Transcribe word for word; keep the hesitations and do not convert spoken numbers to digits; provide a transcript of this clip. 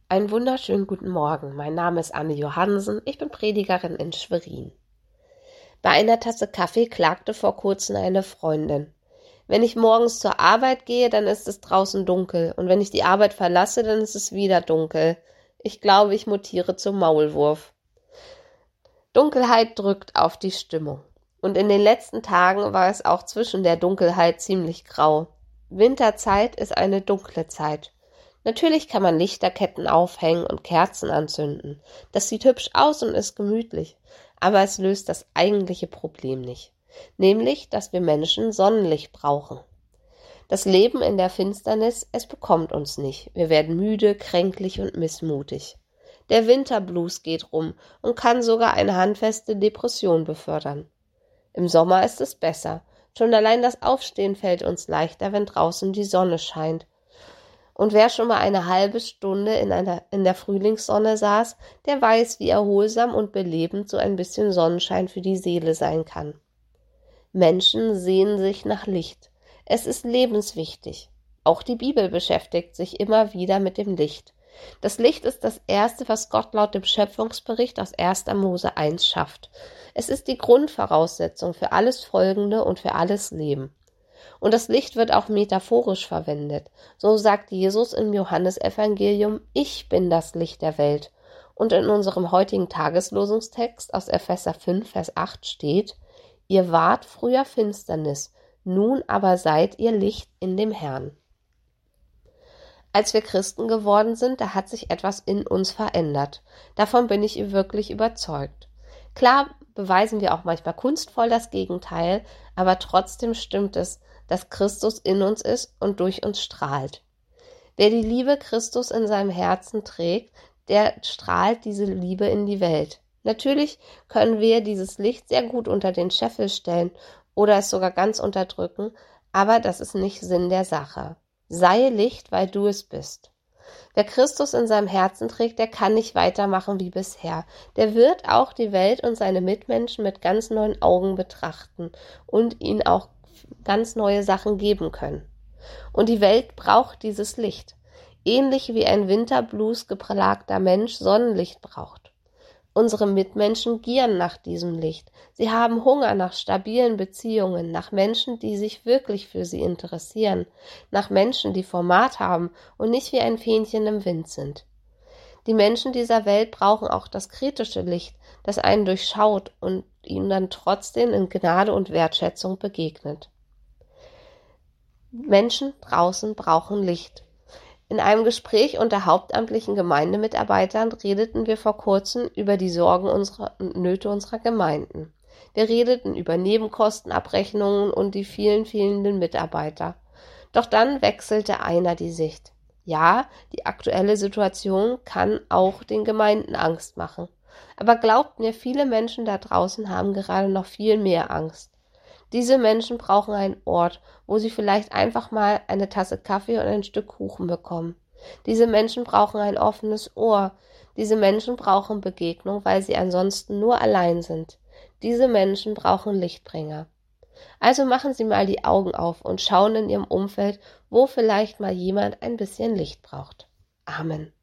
Einen wunderschönen guten Morgen. Mein Name ist Anne Johansen. Ich bin Predigerin in Schwerin. Bei einer Tasse Kaffee klagte vor kurzem eine Freundin. Wenn ich morgens zur Arbeit gehe, dann ist es draußen dunkel. Und wenn ich die Arbeit verlasse, dann ist es wieder dunkel. Ich glaube, ich mutiere zum Maulwurf. Dunkelheit drückt auf die Stimmung. Und in den letzten Tagen war es auch zwischen der Dunkelheit ziemlich grau. Winterzeit ist eine dunkle Zeit. Natürlich kann man Lichterketten aufhängen und Kerzen anzünden. Das sieht hübsch aus und ist gemütlich, aber es löst das eigentliche Problem nicht, nämlich, dass wir Menschen Sonnenlicht brauchen. Das Leben in der Finsternis, es bekommt uns nicht. Wir werden müde, kränklich und missmutig. Der Winterblues geht rum und kann sogar eine handfeste Depression befördern. Im Sommer ist es besser. Schon allein das Aufstehen fällt uns leichter, wenn draußen die Sonne scheint. Und wer schon mal eine halbe Stunde in, einer, in der Frühlingssonne saß, der weiß, wie erholsam und belebend so ein bisschen Sonnenschein für die Seele sein kann. Menschen sehnen sich nach Licht. Es ist lebenswichtig. Auch die Bibel beschäftigt sich immer wieder mit dem Licht. Das Licht ist das Erste, was Gott laut dem Schöpfungsbericht aus erster Mose eins schafft. Es ist die Grundvoraussetzung für alles Folgende und für alles Leben. Und das Licht wird auch metaphorisch verwendet. So sagt Jesus im Johannesevangelium, ich bin das Licht der Welt. Und in unserem heutigen Tageslosungstext aus Epheser fünf, Vers acht steht, ihr wart früher Finsternis, nun aber seid ihr Licht in dem Herrn. Als wir Christen geworden sind, da hat sich etwas in uns verändert. Davon bin ich wirklich überzeugt. Klar beweisen wir auch manchmal kunstvoll das Gegenteil, aber trotzdem stimmt es, dass Christus in uns ist und durch uns strahlt. Wer die Liebe Christus in seinem Herzen trägt, der strahlt diese Liebe in die Welt. Natürlich können wir dieses Licht sehr gut unter den Scheffel stellen oder es sogar ganz unterdrücken, aber das ist nicht Sinn der Sache. Sei Licht, weil du es bist. Wer Christus in seinem Herzen trägt, der kann nicht weitermachen wie bisher. Der wird auch die Welt und seine Mitmenschen mit ganz neuen Augen betrachten und ihnen auch ganz neue Sachen geben können. Und die Welt braucht dieses Licht, ähnlich wie ein Winterblues geplagter Mensch Sonnenlicht braucht. Unsere Mitmenschen gieren nach diesem Licht. Sie haben Hunger nach stabilen Beziehungen, nach Menschen, die sich wirklich für sie interessieren, nach Menschen, die Format haben und nicht wie ein Fähnchen im Wind sind. Die Menschen dieser Welt brauchen auch das kritische Licht, das einen durchschaut und ihnen dann trotzdem in Gnade und Wertschätzung begegnet. Menschen draußen brauchen Licht. In einem Gespräch unter hauptamtlichen Gemeindemitarbeitern redeten wir vor kurzem über die Sorgen unserer und Nöte unserer Gemeinden. Wir redeten über Nebenkostenabrechnungen und die vielen, fehlenden Mitarbeiter. Doch dann wechselte einer die Sicht. Ja, die aktuelle Situation kann auch den Gemeinden Angst machen. Aber glaubt mir, viele Menschen da draußen haben gerade noch viel mehr Angst. Diese Menschen brauchen einen Ort, wo sie vielleicht einfach mal eine Tasse Kaffee und ein Stück Kuchen bekommen. Diese Menschen brauchen ein offenes Ohr. Diese Menschen brauchen Begegnung, weil sie ansonsten nur allein sind. Diese Menschen brauchen Lichtbringer. Also machen Sie mal die Augen auf und schauen in Ihrem Umfeld, wo vielleicht mal jemand ein bisschen Licht braucht. Amen.